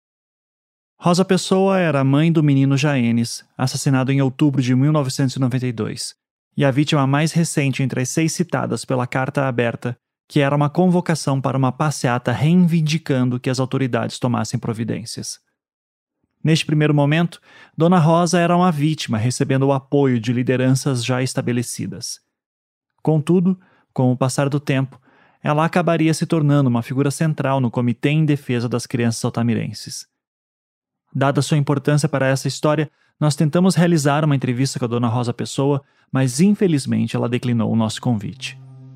Rosa Pessoa era a mãe do menino Jaenes, assassinado em outubro de mil novecentos e noventa e dois, e a vítima mais recente entre as seis citadas pela Carta Aberta, que era uma convocação para uma passeata reivindicando que as autoridades tomassem providências. Neste primeiro momento, Dona Rosa era uma vítima recebendo o apoio de lideranças já estabelecidas. Contudo, com o passar do tempo, ela acabaria se tornando uma figura central no Comitê em Defesa das Crianças Altamirenses. Dada sua importância para essa história, nós tentamos realizar uma entrevista com a Dona Rosa Pessoa, mas infelizmente ela declinou o nosso convite.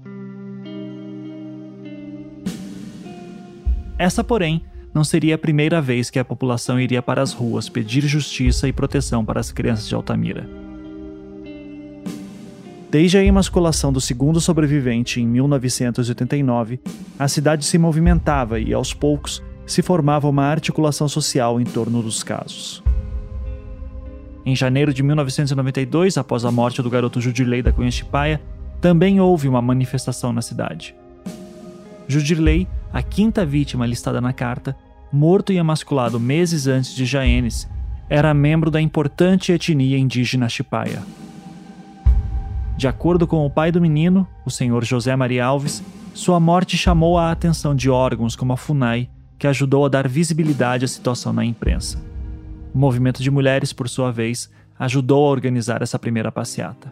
Essa, porém, não seria a primeira vez que a população iria para as ruas pedir justiça e proteção para as crianças de Altamira. Desde a emasculação do segundo sobrevivente em mil novecentos e oitenta e nove, a cidade se movimentava e, aos poucos, se formava uma articulação social em torno dos casos. Em janeiro de mil novecentos e noventa e dois, após a morte do garoto Judirley da Cunha Chipaia, também houve uma manifestação na cidade. Judirley, a quinta vítima listada na carta, morto e emasculado meses antes de Jaenes, era membro da importante etnia indígena Chipaia. De acordo com o pai do menino, o senhor José Maria Alves, sua morte chamou a atenção de órgãos como a FUNAI, que ajudou a dar visibilidade à situação na imprensa. O movimento de mulheres, por sua vez, ajudou a organizar essa primeira passeata.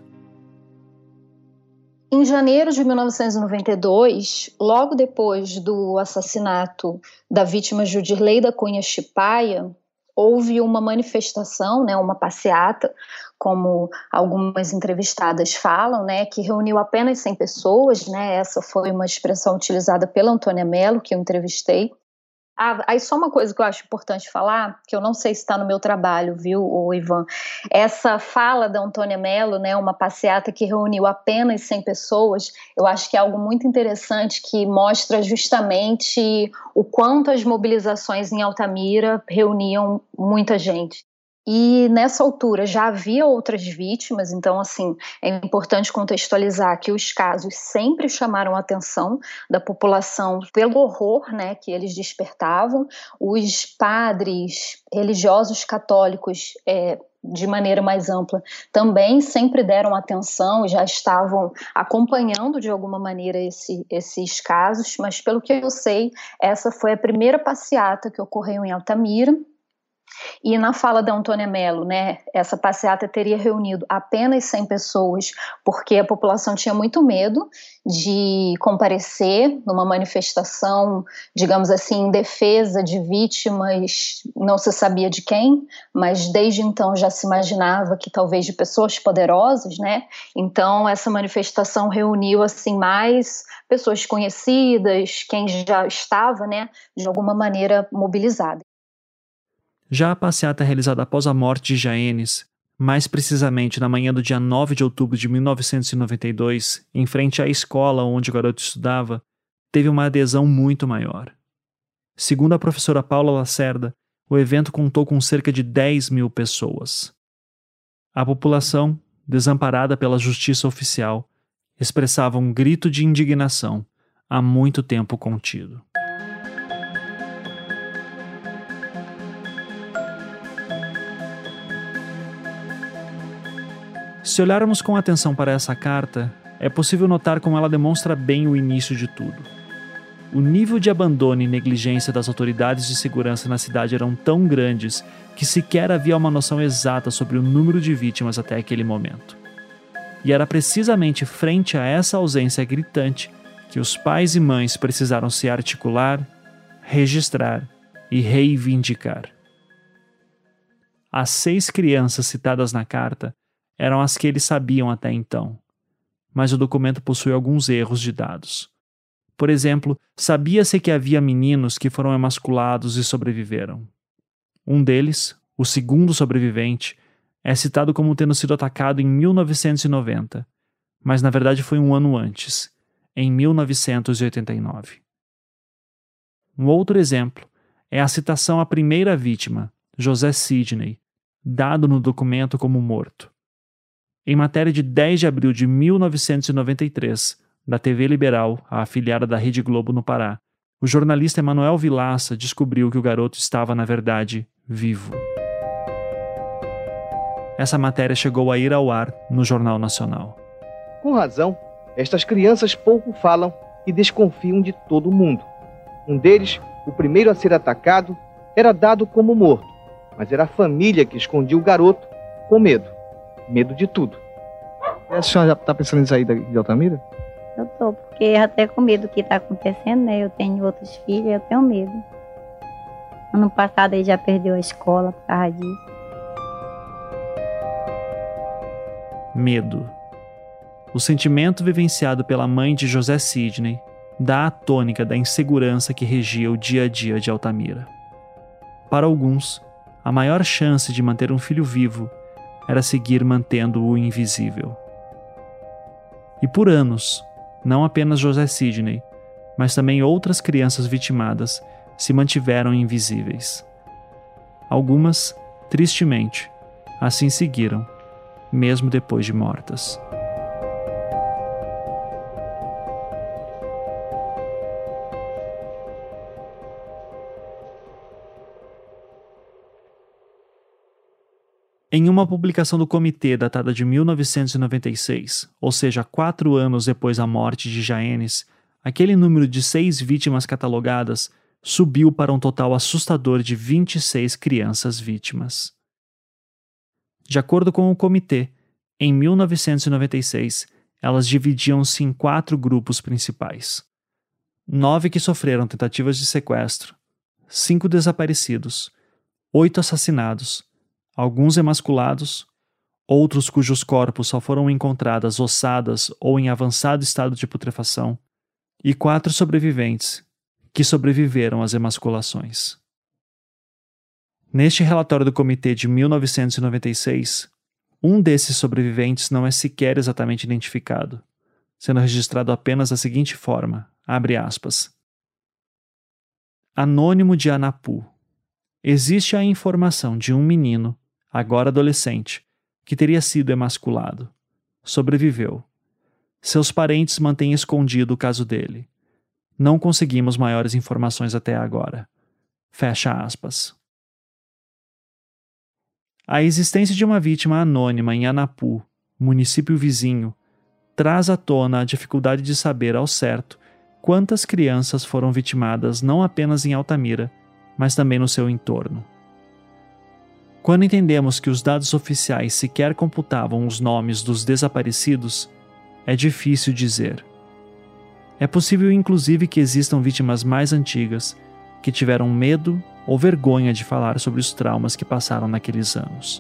Em janeiro de mil novecentos e noventa e dois, logo depois do assassinato da vítima Judirley da Cunha Chipaia, houve uma manifestação, né, uma passeata, como algumas entrevistadas falam, né, que reuniu apenas cem pessoas, né, essa foi uma expressão utilizada pela Antônia Mello, que eu entrevistei. Ah, aí só uma coisa que eu acho importante falar, que eu não sei se está no meu trabalho, viu, o Ivan? Essa fala da Antônia Mello, né, uma passeata que reuniu apenas cem pessoas, eu acho que é algo muito interessante que mostra justamente o quanto as mobilizações em Altamira reuniam muita gente. E nessa altura já havia outras vítimas, então assim, é importante contextualizar que os casos sempre chamaram a atenção da população pelo horror, né, que eles despertavam. Os padres religiosos católicos, é, de maneira mais ampla, também sempre deram atenção, já estavam acompanhando de alguma maneira esse, esses casos, mas pelo que eu sei, essa foi a primeira passeata que ocorreu em Altamira. E na fala da Antônia Mello, né, essa passeata teria reunido apenas cem pessoas, porque a população tinha muito medo de comparecer numa manifestação, digamos assim, em defesa de vítimas, não se sabia de quem, mas desde então já se imaginava que talvez de pessoas poderosas, né? Então essa manifestação reuniu assim mais pessoas conhecidas, quem já estava, né, de alguma maneira mobilizada. Já a passeata realizada após a morte de Jaenes, mais precisamente na manhã do dia nove de outubro de mil novecentos e noventa e dois, em frente à escola onde o garoto estudava, teve uma adesão muito maior. Segundo a professora Paula Lacerda, o evento contou com cerca de dez mil pessoas. A população, desamparada pela justiça oficial, expressava um grito de indignação há muito tempo contido. Se olharmos com atenção para essa carta, é possível notar como ela demonstra bem o início de tudo. O nível de abandono e negligência das autoridades de segurança na cidade eram tão grandes que sequer havia uma noção exata sobre o número de vítimas até aquele momento. E era precisamente frente a essa ausência gritante que os pais e mães precisaram se articular, registrar e reivindicar. As seis crianças citadas na carta eram as que eles sabiam até então, mas o documento possui alguns erros de dados. Por exemplo, sabia-se que havia meninos que foram emasculados e sobreviveram. Um deles, o segundo sobrevivente, é citado como tendo sido atacado em mil novecentos e noventa, mas na verdade foi um ano antes, em mil novecentos e oitenta e nove. Um outro exemplo é a citação à primeira vítima, José Sidney, dado no documento como morto. Em matéria de dez de abril de mil novecentos e noventa e três, da T V Liberal, a afiliada da Rede Globo no Pará, o jornalista Emanuel Vilaça descobriu que o garoto estava, na verdade, vivo. Essa matéria chegou a ir ao ar no Jornal Nacional. Com razão, estas crianças pouco falam e desconfiam de todo mundo. Um deles, o primeiro a ser atacado, era dado como morto, mas era a família que escondia o garoto com medo. Medo de tudo. E a senhora já está pensando em sair de Altamira? Eu tô, porque eu até com medo do que está acontecendo, né? Eu tenho outros filhos, eu tenho medo. Ano passado ele já perdeu a escola por causa disso. Medo. O sentimento vivenciado pela mãe de José Sidney dá a tônica da insegurança que regia o dia a dia de Altamira. Para alguns, a maior chance de manter um filho vivo era seguir mantendo o invisível. E por anos, não apenas José Sidney, mas também outras crianças vitimadas se mantiveram invisíveis. Algumas, tristemente, assim seguiram, mesmo depois de mortas. Em uma publicação do comitê datada de mil novecentos e noventa e seis, ou seja, quatro anos depois da morte de Jaenes, aquele número de seis vítimas catalogadas subiu para um total assustador de vinte e seis crianças vítimas. De acordo com o comitê, em mil novecentos e noventa e seis, elas dividiam-se em quatro grupos principais. Nove que sofreram tentativas de sequestro, cinco desaparecidos, oito assassinados, alguns emasculados, outros cujos corpos só foram encontradas ossadas ou em avançado estado de putrefação, e quatro sobreviventes, que sobreviveram às emasculações. Neste relatório do comitê de mil novecentos e noventa e seis, um desses sobreviventes não é sequer exatamente identificado, sendo registrado apenas da seguinte forma, abre aspas, Anônimo de Anapu. Existe a informação de um menino, agora adolescente, que teria sido emasculado. Sobreviveu. Seus parentes mantêm escondido o caso dele. Não conseguimos maiores informações até agora. Fecha aspas. A existência de uma vítima anônima em Anapu, município vizinho, traz à tona a dificuldade de saber ao certo quantas crianças foram vitimadas não apenas em Altamira, mas também no seu entorno. Quando entendemos que os dados oficiais sequer computavam os nomes dos desaparecidos, é difícil dizer. É possível inclusive que existam vítimas mais antigas que tiveram medo ou vergonha de falar sobre os traumas que passaram naqueles anos.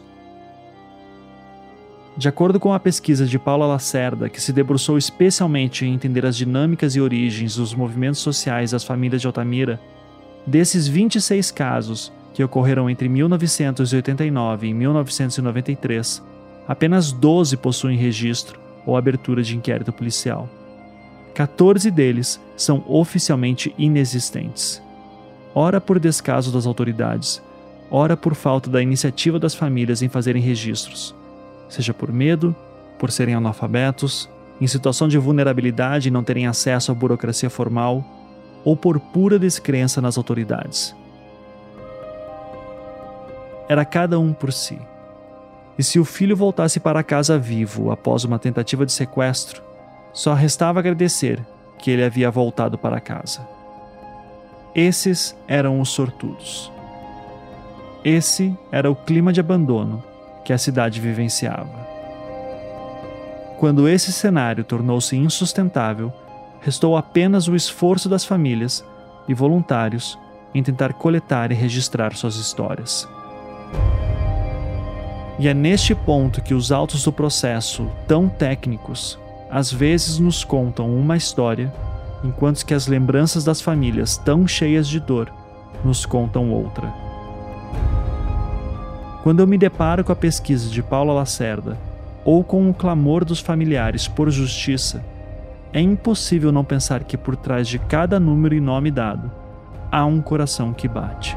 De acordo com a pesquisa de Paula Lacerda, que se debruçou especialmente em entender as dinâmicas e origens dos movimentos sociais das famílias de Altamira, desses vinte e seis casos, que ocorreram entre mil novecentos e oitenta e nove e mil novecentos e noventa e três, apenas doze possuem registro ou abertura de inquérito policial. quatorze deles são oficialmente inexistentes. Ora por descaso das autoridades, ora por falta da iniciativa das famílias em fazerem registros, seja por medo, por serem analfabetos, em situação de vulnerabilidade e não terem acesso à burocracia formal, ou por pura descrença nas autoridades. Era cada um por si. E se o filho voltasse para casa vivo após uma tentativa de sequestro, só restava agradecer que ele havia voltado para casa. Esses eram os sortudos. Esse era o clima de abandono que a cidade vivenciava. Quando esse cenário tornou-se insustentável, restou apenas o esforço das famílias e voluntários em tentar coletar e registrar suas histórias. E é neste ponto que os autos do processo, tão técnicos, às vezes nos contam uma história, enquanto que as lembranças das famílias, tão cheias de dor, nos contam outra. Quando eu me deparo com a pesquisa de Paula Lacerda, ou com o clamor dos familiares por justiça, é impossível não pensar que por trás de cada número e nome dado, há um coração que bate.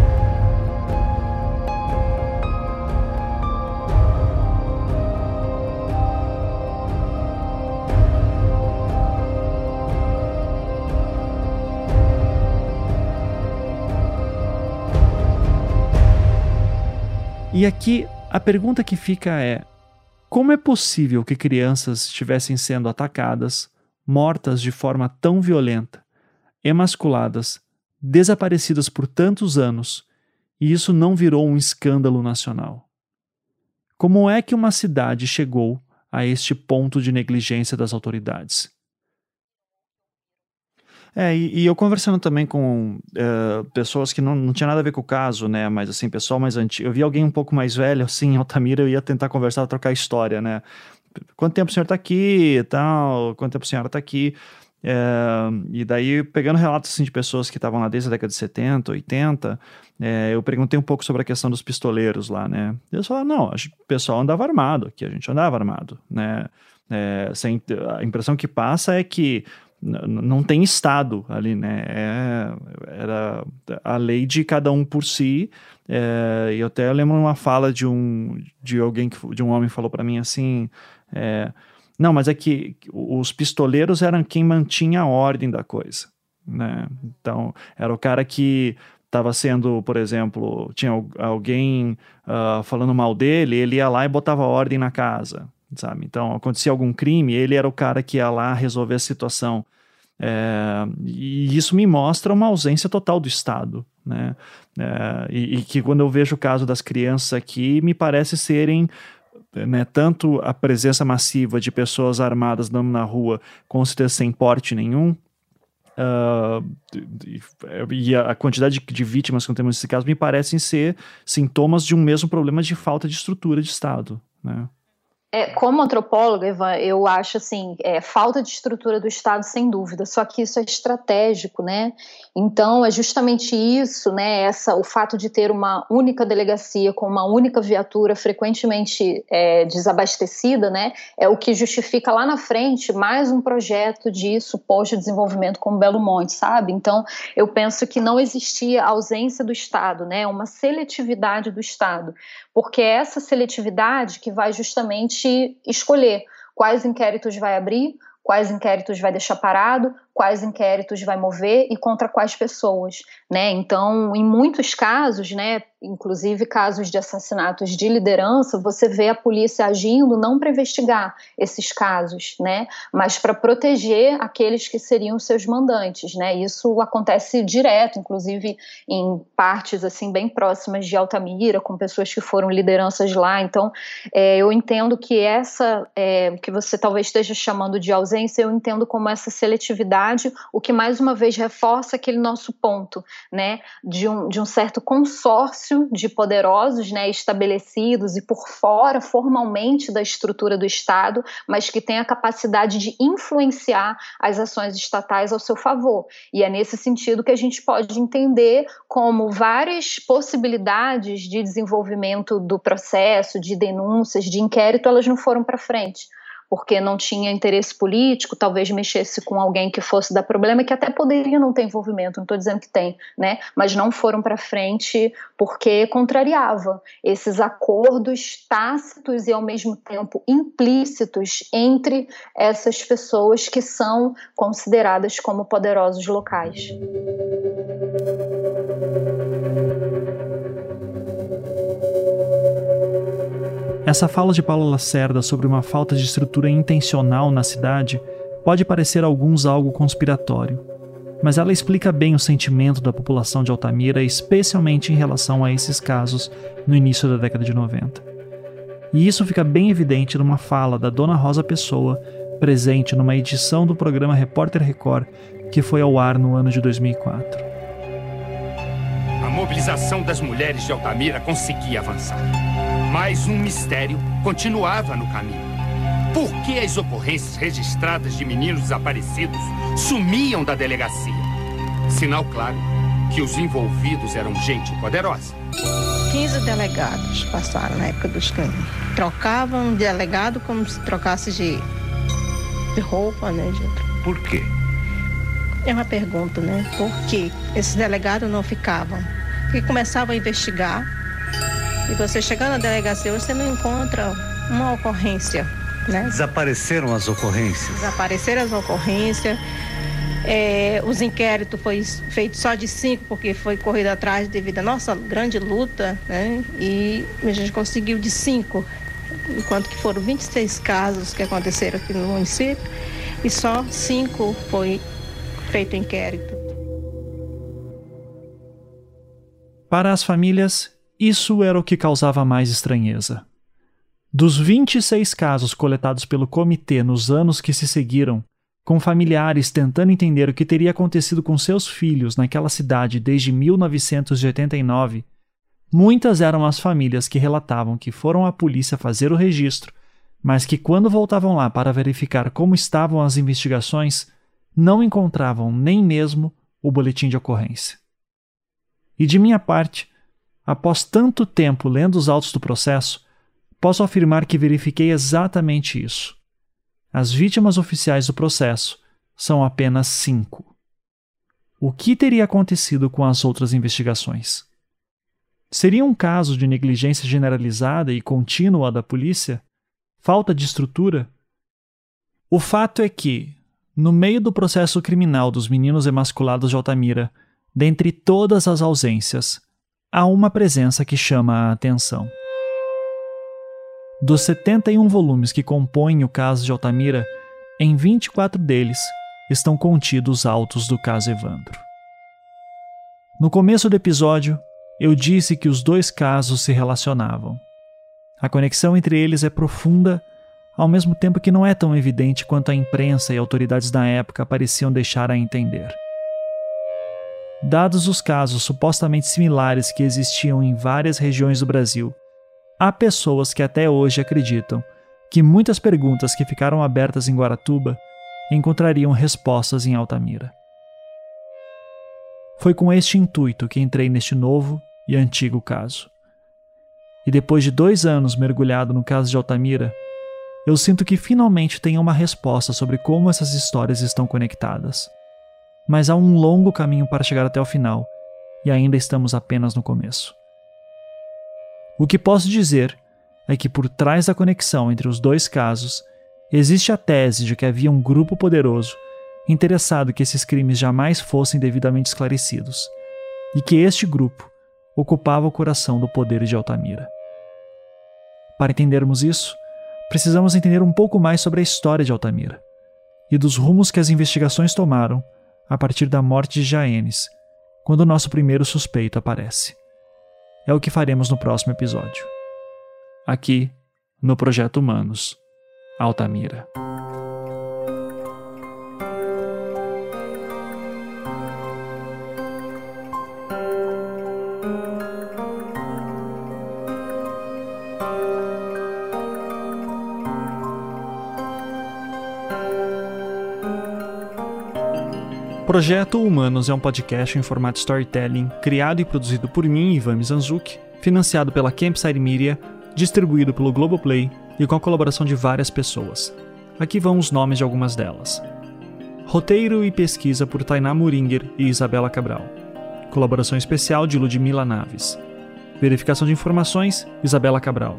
E aqui a pergunta que fica é: como é possível que crianças estivessem sendo atacadas, mortas de forma tão violenta, emasculadas, desaparecidas por tantos anos, e isso não virou um escândalo nacional? Como é que uma cidade chegou a este ponto de negligência das autoridades? É, e, e eu conversando também com uh, pessoas que não, não tinha nada a ver com o caso, né, mas assim, pessoal mais antigo, eu vi alguém um pouco mais velho, assim, em Altamira, eu ia tentar conversar, trocar história, né, quanto tempo o senhor tá aqui e tal, quanto tempo a senhora tá aqui, é, e daí pegando relatos, assim, de pessoas que estavam lá desde a década de setenta, oitenta, é, eu perguntei um pouco sobre a questão dos pistoleiros lá, né, e eles falaram, não, o pessoal andava armado, aqui a gente andava armado, né, é, sem, a impressão que passa é que não tem Estado ali, né? É, era a lei de cada um por si. É, e eu até lembro uma fala de um de alguém que de um homem falou para mim assim, é, não, mas é que os pistoleiros eram quem mantinha a ordem da coisa, né? Então era o cara que estava sendo, por exemplo, tinha alguém uh, falando mal dele, ele ia lá e botava ordem na casa. Sabe? Então, acontecia algum crime, ele era o cara que ia lá resolver a situação. É, e isso me mostra uma ausência total do Estado, né? É, e, e que quando eu vejo o caso das crianças aqui, me parece serem, né, tanto a presença massiva de pessoas armadas andando na rua, com certeza sem porte nenhum, Uh, e a quantidade de, de vítimas que temos nesse caso me parecem ser sintomas de um mesmo problema de falta de estrutura de Estado, né? É, como antropóloga, Ivan, eu acho assim, é, falta de estrutura do Estado, sem dúvida, só que isso é estratégico, né? Então, é justamente isso, né? Essa, o fato de ter uma única delegacia com uma única viatura frequentemente é, desabastecida, né? É o que justifica lá na frente mais um projeto de suposto desenvolvimento como Belo Monte, sabe? Então, eu penso que não existia ausência do Estado, né? Uma seletividade do Estado, porque é essa seletividade que vai justamente escolher quais inquéritos vai abrir, quais inquéritos vai deixar parado, quais inquéritos vai mover e contra quais pessoas, né? Então, em muitos casos, né, inclusive casos de assassinatos de liderança, você vê a polícia agindo não para investigar esses casos, né, mas para proteger aqueles que seriam seus mandantes, né? Isso acontece direto, inclusive em partes assim bem próximas de Altamira, com pessoas que foram lideranças lá. Então, é, eu entendo que essa, é, que você talvez esteja chamando de ausência, eu entendo como essa seletividade, o que mais uma vez reforça aquele nosso ponto, né, de um, de um certo consórcio de poderosos, né, estabelecidos e por fora formalmente da estrutura do Estado, mas que tem a capacidade de influenciar as ações estatais ao seu favor. E é nesse sentido que a gente pode entender como várias possibilidades de desenvolvimento do processo, de denúncias, de inquérito, elas não foram para frente, porque não tinha interesse político, talvez mexesse com alguém que fosse dar problema, que até poderia não ter envolvimento, não estou dizendo que tem, né? Mas não foram para frente porque contrariava esses acordos tácitos e ao mesmo tempo implícitos entre essas pessoas que são consideradas como poderosos locais. Essa fala de Paula Lacerda sobre uma falta de estrutura intencional na cidade pode parecer a alguns algo conspiratório, mas ela explica bem o sentimento da população de Altamira, especialmente em relação a esses casos no início da década de noventa. E isso fica bem evidente numa fala da Dona Rosa Pessoa, presente numa edição do programa Repórter Record, que foi ao ar no ano de dois mil e quatro. A mobilização das mulheres de Altamira conseguia avançar. Mas um mistério continuava no caminho. Por que as ocorrências registradas de meninos desaparecidos sumiam da delegacia? Sinal claro que os envolvidos eram gente poderosa. quinze delegados passaram na época dos crimes. Trocavam um delegado como se trocasse de, de roupa, né, gente? Por quê? É uma pergunta, né? Por que esses delegados não ficavam? Porque começavam a investigar. E você chegando na delegacia, você não encontra uma ocorrência, né? Desapareceram as ocorrências. Desapareceram as ocorrências. É, os inquéritos foi feito só de cinco, porque foi corrido atrás devido à nossa grande luta, né? E a gente conseguiu de cinco, enquanto que foram vinte e seis casos que aconteceram aqui no município, e só cinco foi feito inquérito. Para as famílias, isso era o que causava mais estranheza. Dos vinte e seis casos coletados pelo comitê nos anos que se seguiram, com familiares tentando entender o que teria acontecido com seus filhos naquela cidade desde mil novecentos e oitenta e nove, muitas eram as famílias que relatavam que foram à polícia fazer o registro, mas que quando voltavam lá para verificar como estavam as investigações, não encontravam nem mesmo o boletim de ocorrência. E de minha parte, após tanto tempo lendo os autos do processo, posso afirmar que verifiquei exatamente isso. As vítimas oficiais do processo são apenas cinco. O que teria acontecido com as outras investigações? Seria um caso de negligência generalizada e contínua da polícia? Falta de estrutura? O fato é que, no meio do processo criminal dos meninos emasculados de Altamira, dentre todas as ausências, há uma presença que chama a atenção. Dos setenta e um volumes que compõem o caso de Altamira, em vinte e quatro deles estão contidos autos do caso Evandro. No começo do episódio, eu disse que os dois casos se relacionavam. A conexão entre eles é profunda, ao mesmo tempo que não é tão evidente quanto a imprensa e autoridades da época pareciam deixar a entender. Dados os casos supostamente similares que existiam em várias regiões do Brasil, há pessoas que até hoje acreditam que muitas perguntas que ficaram abertas em Guaratuba encontrariam respostas em Altamira. Foi com este intuito que entrei neste novo e antigo caso. E depois de dois anos mergulhado no caso de Altamira, eu sinto que finalmente tenho uma resposta sobre como essas histórias estão conectadas. Mas há um longo caminho para chegar até o final, e ainda estamos apenas no começo. O que posso dizer é que por trás da conexão entre os dois casos, existe a tese de que havia um grupo poderoso interessado que esses crimes jamais fossem devidamente esclarecidos, e que este grupo ocupava o coração do poder de Altamira. Para entendermos isso, precisamos entender um pouco mais sobre a história de Altamira e dos rumos que as investigações tomaram a partir da morte de Jaenes, quando o nosso primeiro suspeito aparece. É o que faremos no próximo episódio. Aqui, no Projeto Humanos, Altamira. Projeto Humanos é um podcast em formato storytelling, criado e produzido por mim, Ivan Mizanzuki, financiado pela Campside Media, distribuído pelo Globoplay e com a colaboração de várias pessoas. Aqui vão os nomes de algumas delas. Roteiro e pesquisa por Tainá Muringer e Isabela Cabral. Colaboração especial de Ludmila Naves. Verificação de informações, Isabela Cabral.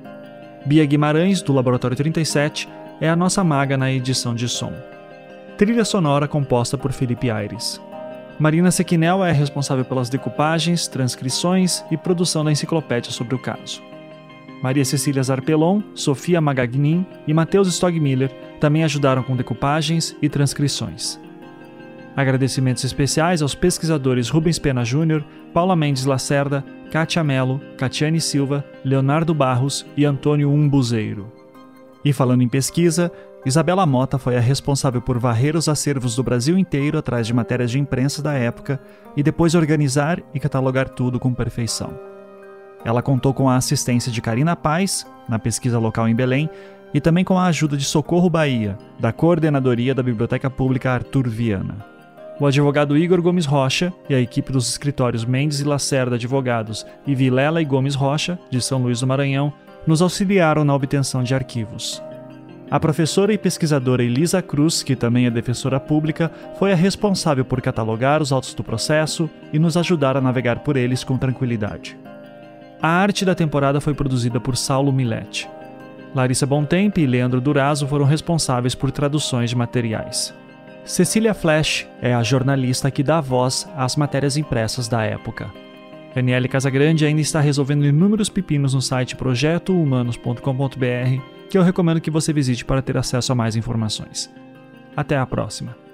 Bia Guimarães, do Laboratório trinta e sete, é a nossa maga na edição de som. Trilha sonora composta por Felipe Aires. Marina Sequinel é responsável pelas decupagens, transcrições e produção da enciclopédia sobre o caso. Maria Cecília Zarpelon, Sofia Magagnin e Matheus Stogmiller também ajudaram com decupagens e transcrições. Agradecimentos especiais aos pesquisadores Rubens Pena Júnior, Paula Mendes Lacerda, Kátia Mello, Catiane Silva, Leonardo Barros e Antônio Umbuzeiro. E falando em pesquisa, Isabela Mota foi a responsável por varrer os acervos do Brasil inteiro atrás de matérias de imprensa da época e depois organizar e catalogar tudo com perfeição. Ela contou com a assistência de Karina Paz, na pesquisa local em Belém, e também com a ajuda de Socorro Bahia, da Coordenadoria da Biblioteca Pública Arthur Viana. O advogado Igor Gomes Rocha e a equipe dos escritórios Mendes e Lacerda Advogados e Vilela e Gomes Rocha, de São Luís do Maranhão, nos auxiliaram na obtenção de arquivos. A professora e pesquisadora Elisa Cruz, que também é defensora pública, foi a responsável por catalogar os autos do processo e nos ajudar a navegar por eles com tranquilidade. A arte da temporada foi produzida por Saulo Milete. Larissa Bontempo e Leandro Durazo foram responsáveis por traduções de materiais. Cecília Flash é a jornalista que dá voz às matérias impressas da época. Daniele Casagrande ainda está resolvendo inúmeros pepinos no site projeto humanos ponto com ponto b r, que eu recomendo que você visite para ter acesso a mais informações. Até a próxima!